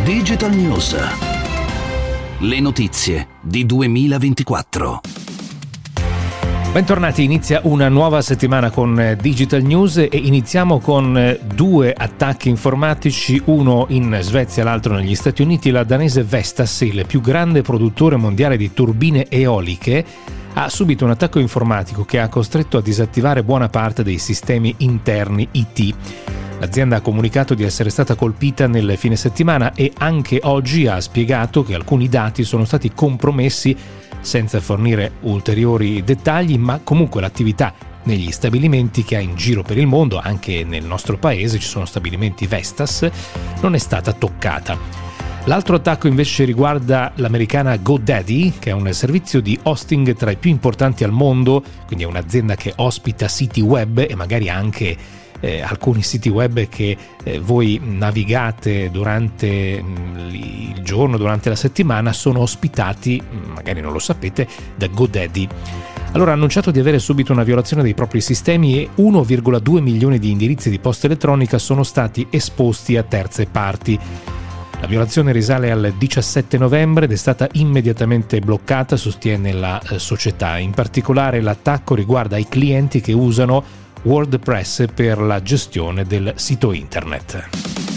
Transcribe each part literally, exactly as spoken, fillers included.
Digital News. Le notizie di duemilaventiquattro. Bentornati, inizia una nuova settimana con Digital News e iniziamo con due attacchi informatici, uno in Svezia e l'altro negli Stati Uniti. La danese Vestas, il più grande produttore mondiale di turbine eoliche, ha subito un attacco informatico che ha costretto a disattivare buona parte dei sistemi interni I T. L'azienda ha comunicato di essere stata colpita nel fine settimana e anche oggi ha spiegato che alcuni dati sono stati compromessi, senza fornire ulteriori dettagli, ma comunque l'attività negli stabilimenti che ha in giro per il mondo, anche nel nostro paese ci sono stabilimenti Vestas, non è stata toccata. L'altro attacco invece riguarda l'americana GoDaddy, che è un servizio di hosting tra i più importanti al mondo, quindi è un'azienda che ospita siti web e magari anche Eh, alcuni siti web che eh, voi navigate durante mh, il giorno, durante la settimana, sono ospitati, magari non lo sapete, da GoDaddy. Allora ha annunciato di avere subito una violazione dei propri sistemi e uno virgola due milioni di indirizzi di posta elettronica sono stati esposti a terze parti. La violazione risale al diciassette novembre ed è stata immediatamente bloccata, sostiene la eh, società. In particolare l'attacco riguarda i clienti che usano WordPress per la gestione del sito internet.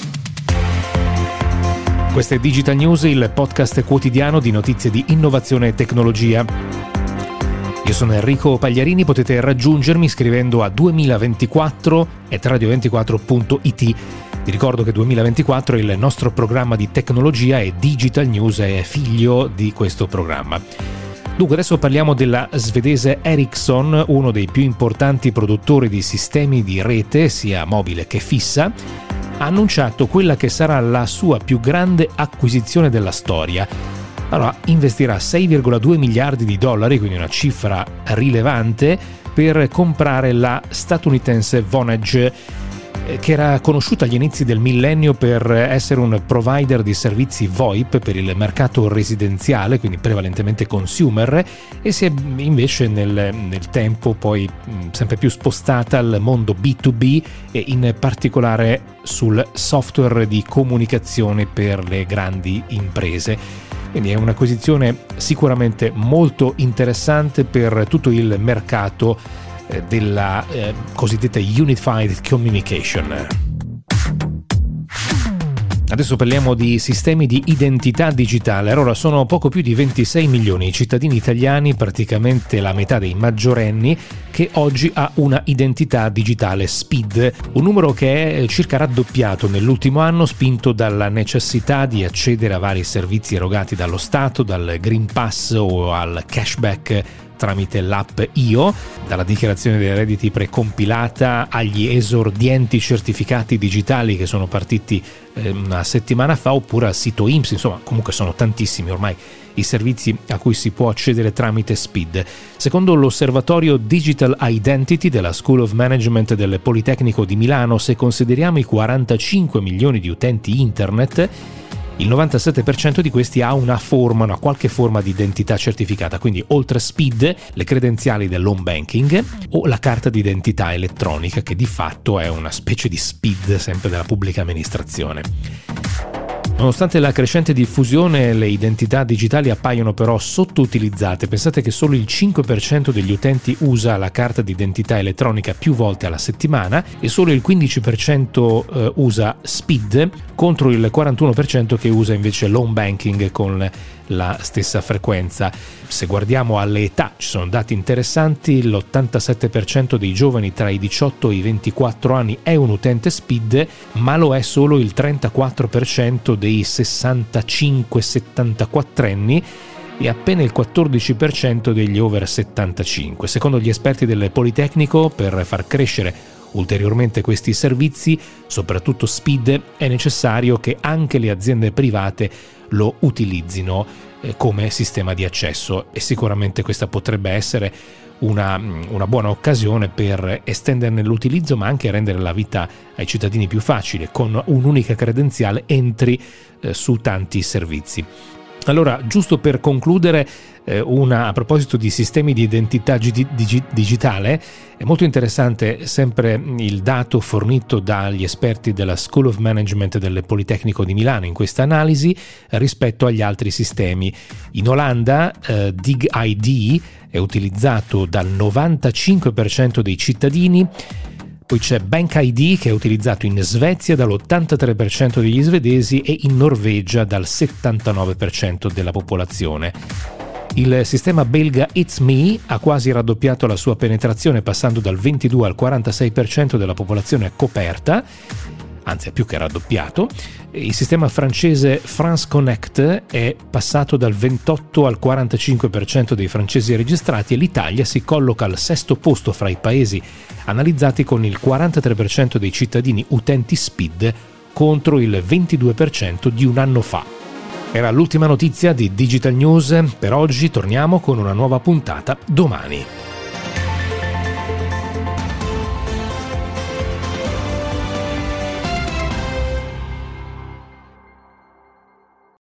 Questa è Digital News, il podcast quotidiano di notizie di innovazione e tecnologia. Io sono Enrico Pagliarini, potete raggiungermi scrivendo a duemilaventiquattro chiocciola radio ventiquattro punto it. Vi ricordo che duemilaventiquattro è il nostro programma di tecnologia e Digital News è figlio di questo programma. Dunque adesso parliamo della svedese Ericsson, uno dei più importanti produttori di sistemi di rete, sia mobile che fissa. Ha annunciato quella che sarà la sua più grande acquisizione della storia. Allora, investirà sei virgola due miliardi di dollari, quindi una cifra rilevante, per comprare la statunitense Vonage, che era conosciuta agli inizi del millennio per essere un provider di servizi VoIP per il mercato residenziale, quindi prevalentemente consumer, e si è invece nel, nel tempo poi sempre più spostata al mondo B due B e in particolare sul software di comunicazione per le grandi imprese. Quindi è un'acquisizione sicuramente molto interessante per tutto il mercato della eh, cosiddetta Unified Communication. Adesso parliamo di sistemi di identità digitale. Allora, sono poco più di ventisei milioni i cittadini italiani, praticamente la metà dei maggiorenni, che oggi ha una identità digitale SPID, un numero che è circa raddoppiato nell'ultimo anno, spinto dalla necessità di accedere a vari servizi erogati dallo Stato, dal Green Pass o al cashback tramite l'app Io, dalla dichiarazione dei redditi precompilata agli esordienti certificati digitali che sono partiti eh, una settimana fa, oppure al sito I N P S. Insomma, comunque sono tantissimi ormai i servizi a cui si può accedere tramite SPID. Secondo l'osservatorio Digital Identity della School of Management del Politecnico di Milano, se consideriamo i quarantacinque milioni di utenti internet, il novantasette per cento di questi ha una forma, una qualche forma di identità certificata, quindi oltre SPID, le credenziali dell'home banking o la carta d'identità elettronica, che di fatto è una specie di SPID sempre della pubblica amministrazione. Nonostante la crescente diffusione, le identità digitali appaiono però sottoutilizzate. Pensate che solo il cinque per cento degli utenti usa la carta d'identità elettronica più volte alla settimana e solo il quindici per cento usa SPID, contro il quarantuno per cento che usa invece l'home banking con la stessa frequenza. Se guardiamo alle età, ci sono dati interessanti: l'ottantasette per cento dei giovani tra i diciotto e i ventiquattro anni è un utente SPID, ma lo è solo il trentaquattro per cento dei sessantacinque settantaquattro anni e appena il quattordici per cento degli over settantacinque. Secondo gli esperti del Politecnico, per far crescere ulteriormente questi servizi, soprattutto SPID, è necessario che anche le aziende private lo utilizzino eh, come sistema di accesso, e sicuramente questa potrebbe essere una, una buona occasione per estenderne l'utilizzo, ma anche rendere la vita ai cittadini più facile. Con un'unica credenziale entri eh, su tanti servizi. Allora, giusto per concludere, eh, una, a proposito di sistemi di identità gi- digi- digitale, è molto interessante sempre il dato fornito dagli esperti della School of Management del Politecnico di Milano in questa analisi eh, rispetto agli altri sistemi. In Olanda eh, DigID è utilizzato dal novantacinque per cento dei cittadini. Poi c'è BankID che è utilizzato in Svezia dall'ottantatré per cento degli svedesi e in Norvegia dal settantanove per cento della popolazione. Il sistema belga It's Me ha quasi raddoppiato la sua penetrazione passando dal ventidue al quarantasei per cento della popolazione coperta, anzi è più che raddoppiato. Il sistema francese France Connect è passato dal ventotto al quarantacinque per cento dei francesi registrati e l'Italia si colloca al sesto posto fra i paesi analizzati con il quarantatré per cento dei cittadini utenti S P I D contro il ventidue per cento di un anno fa. Era l'ultima notizia di Digital News per oggi, torniamo con una nuova puntata domani.